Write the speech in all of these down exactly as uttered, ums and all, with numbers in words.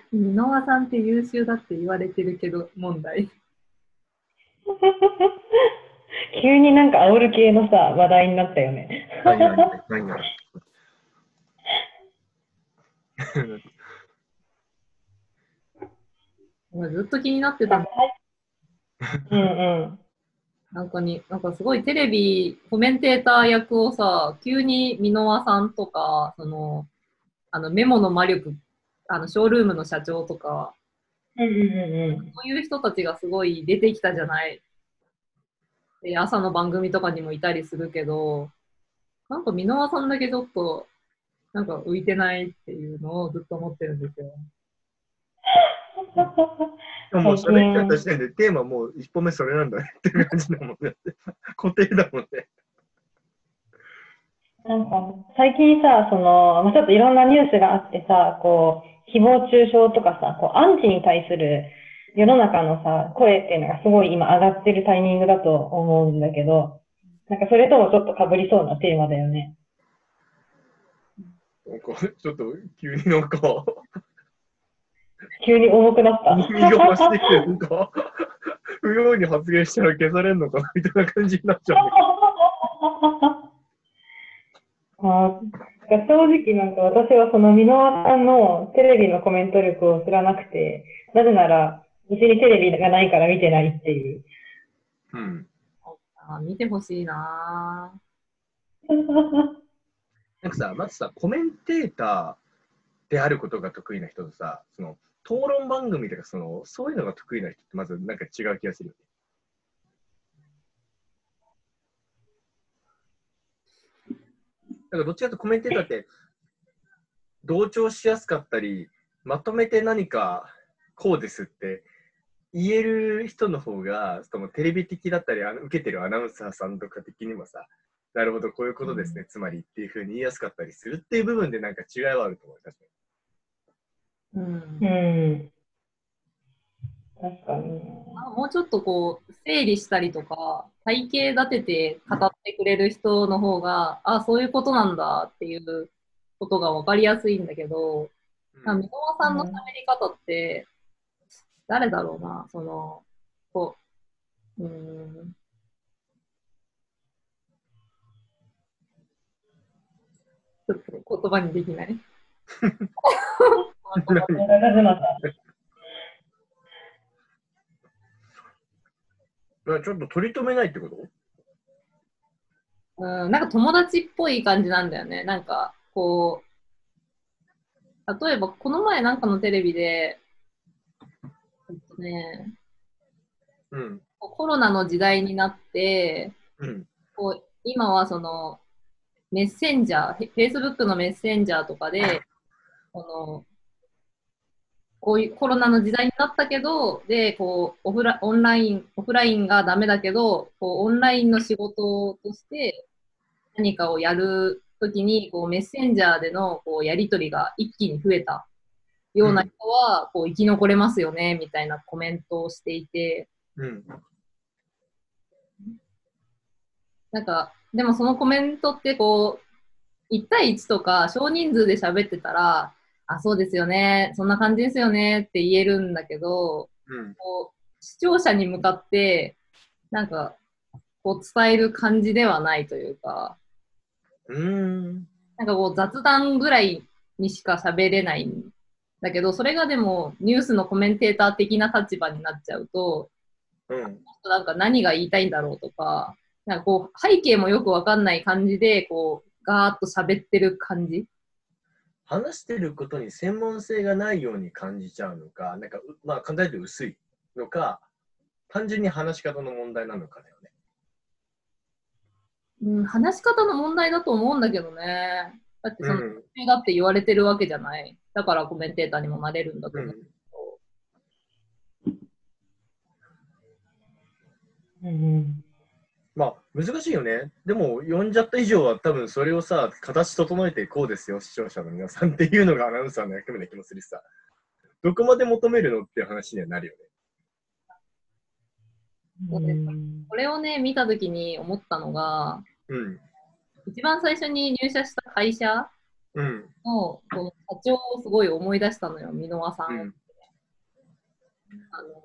箕輪さんって優秀だって言われてるけど、問題。 急になんか煽る系のさ、話題になったよね。 何何何何ずっと気になってたなんかの。 うんうん。 なんかに、なんかすごいテレビ、コメンテーター役をさ、急に箕輪さんとか、その、あのメモの魔力、あのショールームの社長とか、 うんうんうんうん。 そういう人たちがすごい出てきたじゃない。で、朝の番組とかにもいたりするけど、なんか箕輪さんだけちょっと、なんか浮いてないっていうのをずっと思ってるんですよ。 でももう最喋っちゃった近、 時点でテーマもう一歩目それなんだねっていう感じだもんね。固定だもんね。 なんか、最近さ、その、まあ、ちょっといろんなニュースがあってさ、こう、誹謗中傷とかさ、こう、アンチに対する世の中のさ、声っていうのがすごい今上がってるタイミングだと思うんだけど、なんかそれともちょっと被りそうなテーマだよね。 なんかちょっと急になんか急に重くなった。 重みが増してきて、なんか不要に発言したら消されるのかなみたいな感じになっちゃうんだけど。 あー正直なんか私はその箕輪さんのテレビのコメント力を知らなくて、なぜなら、うちにテレビがないから見てないっていう。 うん。 あ、見てほしいななんかさ、まずさ、コメンテーターであることが得意な人とさ、その討論番組とかその、そういうのが得意な人ってまずなんか違う気がするよね。だからどっちかというとコメンテーターって同調しやすかったり、まとめて何かこうですって言える人の方が、そのテレビ的だったり、あの受けてるアナウンサーさんとか的にもさ、なるほど、こういうことですね、つまりっていうふうに言いやすかったりするっていう部分でなんか違いはあると思いますね。 ううん。 ん。確かにね。 あ、もうちょっとこう、整理したりとか、体系立てて語ってくれる人の方が、あ、そういうことなんだっていうことが分かりやすいんだけど、あ、箕輪さんの喋うん。 り方って、誰だろうな、その、こう、うーん、ちょっと言葉にできない。 何ちょっと取り留めないってこと？ うん、なんか友達っぽい感じなんだよね。なんか、こう、例えばこの前なんかのテレビで、えっとね、 うん。 コロナの時代になって、 うん。 こう今はそのメッセンジャー、フェイスブックのメッセンジャーとかで、このこういうコロナの時代になったけど、で、こうオフラ、オンライン、オフラインがダメだけど、こうオンラインの仕事として何かをやるときに、こうメッセンジャーでのこうやり取りが一気に増えたような人うん。 はこう生き残れますよねみたいなコメントをしていて、 うん。 なんか、でもそのコメントってこう、いち対いちとか少人数で喋ってたら、あ、そうですよね、そんな感じですよねって言えるんだけど、 うん。 こう視聴者に向かって、なんか、こう伝える感じではないというか、 うーん。 なんかこう雑談ぐらいにしか喋れないんだけど、それがでもニュースのコメンテーター的な立場になっちゃうと、 うん。 なんか何が言いたいんだろうとか、なんかこう背景もよくわかんない感じで、こう、ガーッと喋ってる感じ。 話してることに専門性がないように感じちゃうのか、なんか、まあ、簡単に言うと薄いのか、単純に話し方の問題なのかだよね。 うん、話し方の問題だと思うんだけどね。だってその、 うん。 だって言われてるわけじゃない。だからコメンテーターにもなれるんだと思う。 うん。 うん。 まあ、難しいよね。でも、呼んじゃった以上は多分それをさ、形整えてこうですよ、視聴者の皆さんっていうのがアナウンサーの役目な気もするしさ。どこまで求めるのっていう話にはなるよね。 うでん。 これをね、見たときに思ったのが、 うん。 一番最初に入社した会社うんの、この社長をすごい思い出したのよ、箕輪さんを。 うんあの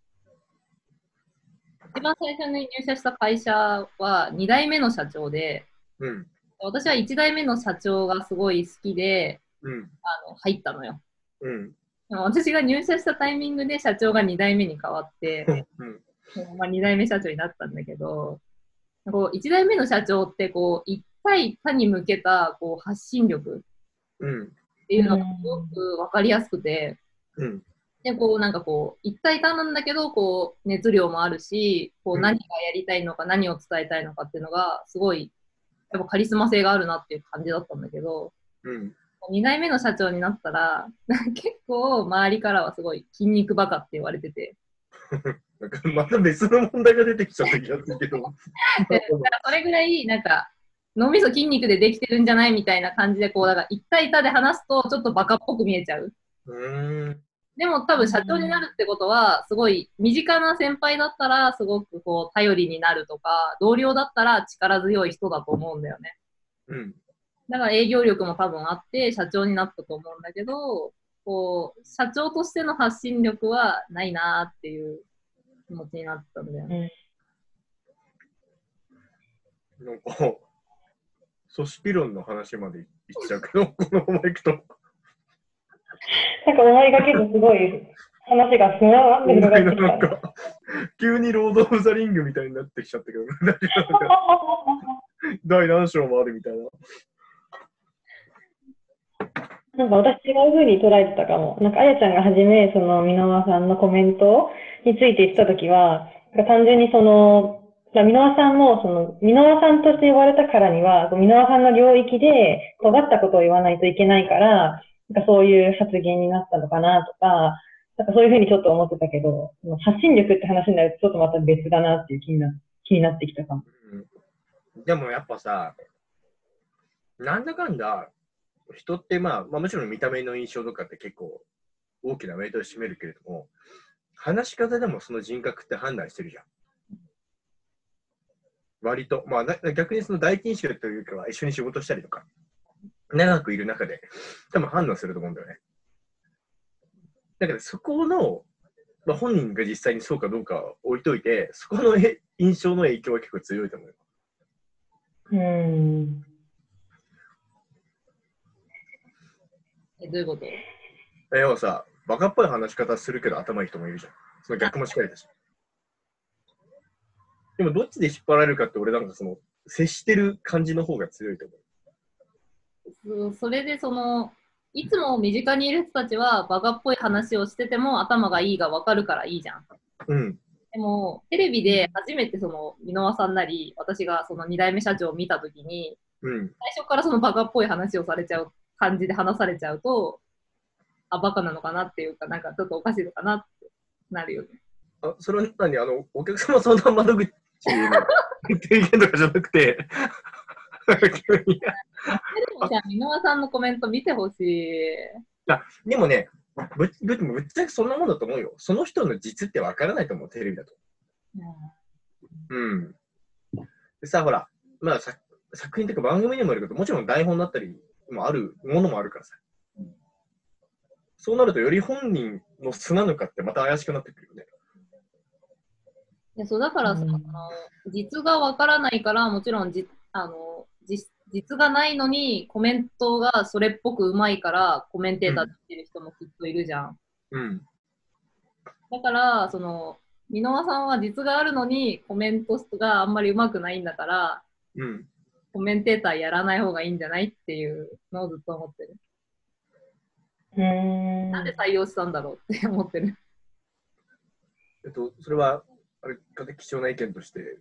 一番最初に入社した会社はにだいめの社長で、 うん私はいちだいめの社長がすごい好きで、 うんあの入ったのよ。 うんでも私が入社したタイミングで社長がにだいめに変わって、 うんまあ、にだいめ社長になったんだけど、こういちだいめの社長ってこう一対他に向けたこう発信力うんっていうのがすごく分かりやすくて、 うんでこうなんかこう一対他なんだけどこう熱量もあるし、こう何がやりたいのか何を伝えたいのかっていうのがすごいやっぱカリスマ性があるなっていう感じだったんだけど、 うんにだいめの社長になったら結構周りからはすごい筋肉バカって言われてて、 なんかまた別の問題が出てきちゃった気がするけど。 でだからそれぐらいなんか脳みそ筋肉でできてるんじゃないみたいな感じでこうだから一対一で話すとちょっとバカっぽく見えちゃう。 うーんでも多分社長になるってことはすごい身近な先輩だったらすごくこう頼りになるとか、同僚だったら力強い人だと思うんだよね。 うんだから営業力も多分あって社長になったと思うんだけど、こう社長としての発信力はないなっていう気持ちになったんだよね。 なんか組織論の話までいっちゃうけど、このままいくと。 なんか思いがけずすごい話がふわーって広がってきた。 なんか急にロード・オブ・ザ・リングみたいになってきちゃったけど、第何章もあるみたいな。 なんか私違う風に捉えてたかも。なんかあやちゃんが初めその箕輪さんのコメントについて言ってたときは、なんか単純にその箕輪さんもその箕輪さんとして呼ばれたからには、箕輪さんの領域で尖ったことを言わないといけないから、なんかそういう発言になったのかなとか、なんかそういう風にちょっと思ってたけど、発信力って話になるとちょっとまた別だなっていう気にな気になってきたかも。 うん、でもやっぱさ、なんだかんだ人って、まあ、まあもちろん見た目の印象とかって結構大きなウェイトを占めるけれども、話し方でもその人格って判断してるじゃん。割と、まあ、逆にその第一印象というかは一緒に仕事したりとか、長くいる中で多分判断すると思うんだよね。だからそこの、まあ、本人が実際にそうかどうかは置いといて、そこの印象の影響は結構強いと思うよ。 うーん。 え、どういうこと？ え、要はさ、バカっぽい話し方するけど頭いい人もいるじゃん。その逆もしっかりだし。でもどっちで引っ張られるかって俺なんかその接してる感じの方が強いと思う。それでそのいつも身近にいる人たちはバカっぽい話をしてても頭がいいが分かるからいいじゃん。 う。うん。 でもテレビで初めてその箕輪さんなり私がそのにだいめ社長を見たときに、 うん、 最初からそのバカっぽい話をされちゃう感じで話されちゃうと、あ、バカなのかなっていうか、なんかちょっとおかしいのかなってなるよね。 あ、それは何あの、お客様相談窓口の提言とかじゃなくて、 でもじゃあ、箕輪さんのコメント見てほしい。 あ、でもね、ぶっぶぶっちゃけそんなもんだと思うよ。その人の実ってわからないと思う、テレビだと。うん。うん、でさ、ほら、まあさ作品というか番組にもあるけど、もちろん台本だったりもあるものもあるからさ。そうなるとより本人の素なのかってまた怪しくなってくるよね。 いやそうだからさ、うん、あの実がわからないからもちろんじあの 実, 実がないのにコメントがそれっぽくうまいからコメンテーターっていう人もきっといるじゃん。 うん、 だからその箕輪さんは実があるのにコメントがあんまりうまくないんだから、 うん、 コメンテーターやらない方がいいんじゃないっていうのをずっと思ってる。 うーんなんで採用したんだろうって思ってる。 えっと、それはあれ貴重な意見として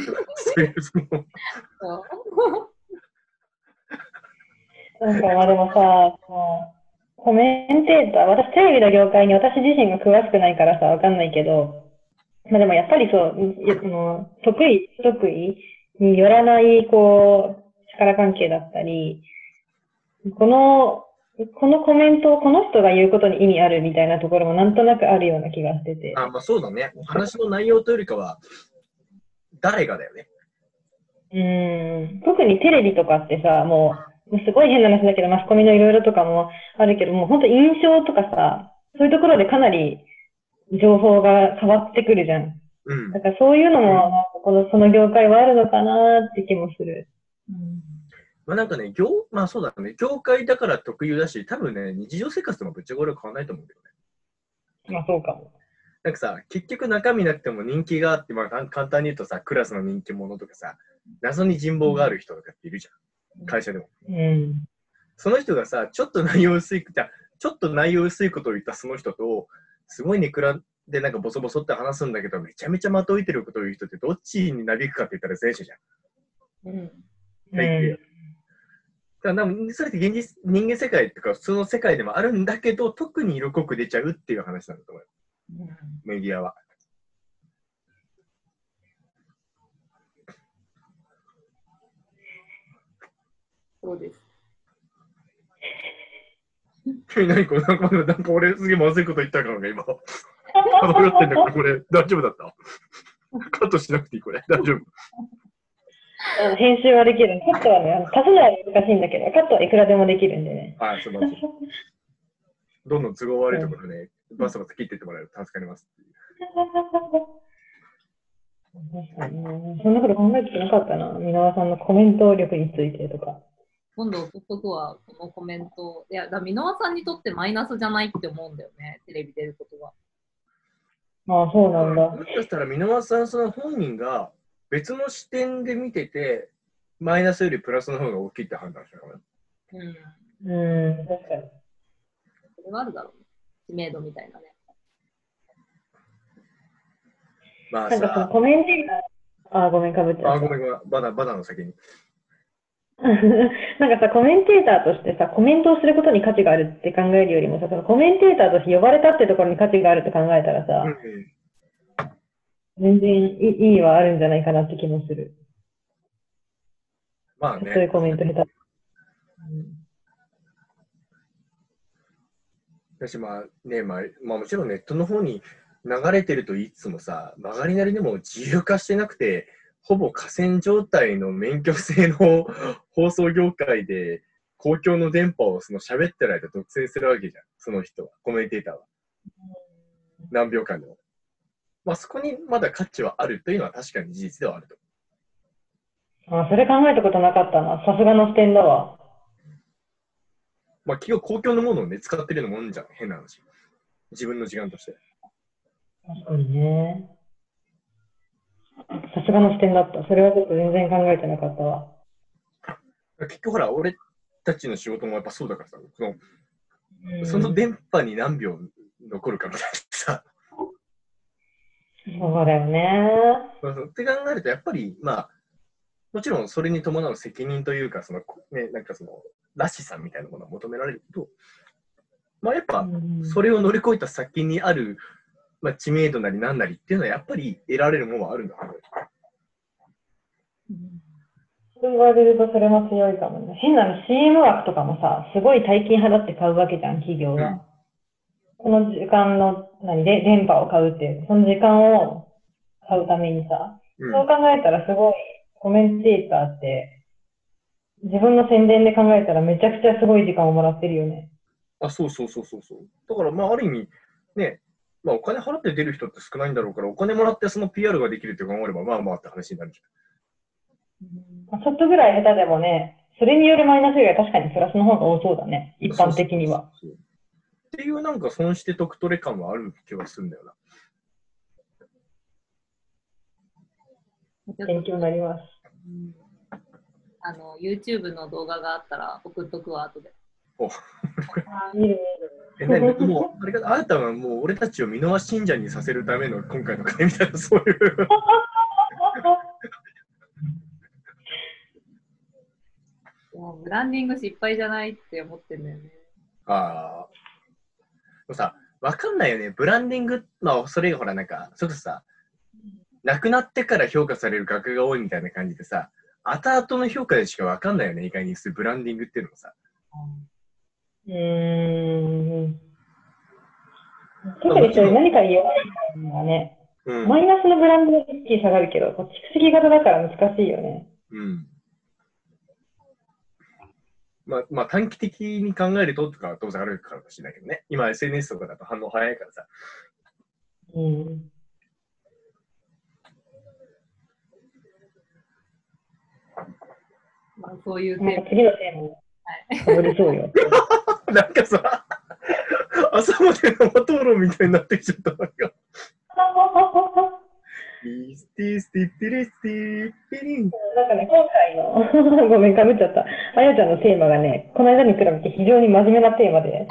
なんかまあでもさ、コメンテーター、私テレビの業界に私自身が詳しくないからさ、わかんないけど、まあでもやっぱりそう、の得意、不得意によらない、こう、力関係だったり、この、このコメントをこの人が言うことに意味あるみたいなところもなんとなくあるような気がしてて。 あ、まあそうだね。話の内容というよりかは、誰がだよね。 うん、特にテレビとかってさ、もすごい変な話だけど、マスコミのいろいろとかもあるけど、もう本当印象とかさ、そういうところでかなり情報が変わってくるじゃん。 うん。 だからそういうのも、なんかこの、その業界はあるのかなって気もする。 うんまあなんかね、業、まあそうだね、業界だから特有だし、多分ね、日常生活でもぶっちゃけ俺は変わらないと思うんだよね。 まあそうかも。 なんかさ、結局中身なくても人気があって、まあかん簡単に言うとさ、クラスの人気者とかさ、謎に人望がある人とかっているじゃん。会社でも。 うん。 その人がさ、ちょっと内容薄い、じゃあちょっと内容薄いことを言ったその人と、すごいネクラでなんかボソボソって話すんだけど、めちゃめちゃまといてることを言う人ってどっちになびくかって言ったら前者じゃん。 うん大抵。だからなんかそれって現実、人間世界とか普通の世界でもあるんだけど、特に色濃く出ちゃうっていう話なんだと思うよ。 うんメディアは。 そうです。 何これなんか、なんか俺すげえまずいこと言ったからが今。漂ってんだけど、これ大丈夫だったカットしなくていいこれ。大丈夫。 あの編集はできる。カットはね、あの足すのは難しいんだけど、カットはいくらでもできるんでね。 はい、すみません。どんどん都合悪いところね、バサバサ切っていってもらえると助かりますっていう。 確かにね。そんなこと考えてなかったな。箕輪さんのコメント力についてとか。 今度送っとくわ、このコメント。いや、だから箕輪さんにとってマイナスじゃないって思うんだよね、テレビ出ることは。 ああ、そうなんだ。 もしかしたら箕輪さん、その本人が別の視点で見てて、マイナスよりプラスの方が大きいって判断したのかな。 うん。 うん、確かに。 それはあるだろうね。知名度みたいなね。 まあなんかそのさ、 コメンテーター、あ、ごめん、かぶっちゃあ、 った。 ごめんごめん、バナ、バナの先に。 なんかさ、コメンテーターとしてさ、コメントをすることに価値があるって考えるよりもさ、そのコメンテーターとして呼ばれたってところに価値があるって考えたらうんさ、 うん、 全然いい意味はあるんじゃないかなって気もする。 まあそういねう、コメント下手。 私まあね、まあ、まあもちろんネットの方に流れてると言いつつもさ、曲がりなりでも自由化してなくて、ほぼ寡占状態の免許制の放送業界で公共の電波をその喋ってる間独占するわけじゃん、その人は、コメンテーターは。何秒間でも。まあそこにまだ価値はあるというのは確かに事実ではあると。 あ、それ考えたことなかったな。さすがの視点だわ。 まあ企業公共のものをね、使ってるようなもんじゃん、変な話。自分の時間として。 確かにね。さすがの視点だった。それはちょっと全然考えてなかったわ。 結局ほら、俺たちの仕事もやっぱそうだからさ、そのうん、 その電波に何秒残るかみたいなさ。 そうだよね。 って考えると、やっぱり、まあ、もちろんそれに伴う責任というか、その、ね、なんかその、らしさみたいなものは求められるけど、まあやっぱ、それを乗り越えた先にある、まあ、知名度なり何なりっていうのは、やっぱり得られるものはあるんだろうね。 そう言われるとそれも強いかもね。変なの シーエム 枠とかもさ、すごい大金払って買うわけじゃん、企業は。 うんこの時間の、何で、電波を買うっていう、その時間を買うためにさ、 うん、 そう考えたらすごいコメンテーターって、自分の宣伝で考えたらめちゃくちゃすごい時間をもらってるよね。 あ、そうそうそうそうそう。だから、まあ、ある意味、ね、まあ、お金払って出る人って少ないんだろうから、お金もらってその ピーアール ができるって考えれば、まあまあって話になるじちょっとぐらい下手でもね、それによるマイナスよりは確かにプラスの方が多そうだね、 ゃん。 一般的には。 そうそうそうそうっていうなんか損して得取れ感はある気はするんだよな。 勉強になります。 うん、あの YouTube の動画があったら送っとくわ、後で。 お見るえ、なにもう、あれか、あなたはもう俺たちを箕輪信者にさせるための今回の会みたいな、そういう。 もうブランディング失敗じゃないって思ってんだよね。 ああ。もうさ、わかんないよね。ブランディング、まあ、それがほら、なんか、ちょっとさ、亡くなってから評価される額が多いみたいな感じでさ、後々の評価でしかわかんないよね、意外にするブランディングっていうのもさ。 うーん。特にそれ何か言わないのはね、 うん、 マイナスのブランドは一気に下がるけど、蓄積型だから難しいよね。 うん。 まあ、まあ、短期的に考えるととかは当然あるかもしれないけどね。今 エスエヌエス とかだと反応早いからさ。 うん。 まあ、そういうなんテか次のテーマにかぶりそうよ。 なんかさ、朝まで生討論みたいになってきちゃった。なんか。ミスティスティッティリスティッティリン。 なんかね、今回の、ごめん、かぶっちゃった。あやちゃんのテーマがね、この間に比べて非常に真面目なテーマで。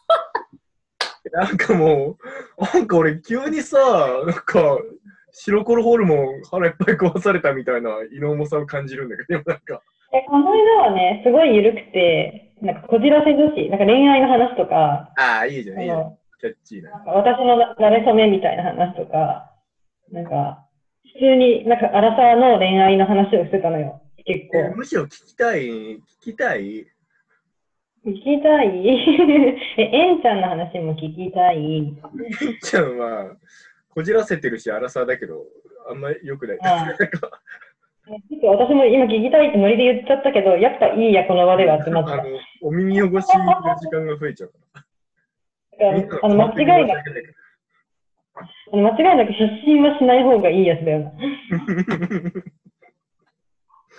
なんかもう、なんか俺急にさ、なんか、白コロホルモン腹いっぱい壊されたみたいな胃の重さを感じるんだけど、でもなんか。 え、この間はね、すごい緩くて、なんかこじらせ女子、なんか恋愛の話とか、 ああ、いいじゃん、いいじゃん。 のキャッチーな。 なんか私のな慣れ初めみたいな話とか、なんか、普通になんかアラサーの恋愛の話をしてたのよ、結え、 構。 むしろ聞きたい、聞きたい。 聞きたいえ、えんちゃんの話も聞きたい。 えんちゃんは、こじらせてるし、アラサーだけど、あんまり良くない。 ああちょっと私も今聞きたいってノリで言っちゃったけど、やっぱいいや、この場ではってなっあのた。 お耳汚しの時間が増えちゃうから。みんなのあの間勝手に申違いなく、 し訳ないけど。 あの間違いなく出身はしない方がいいやつだよな。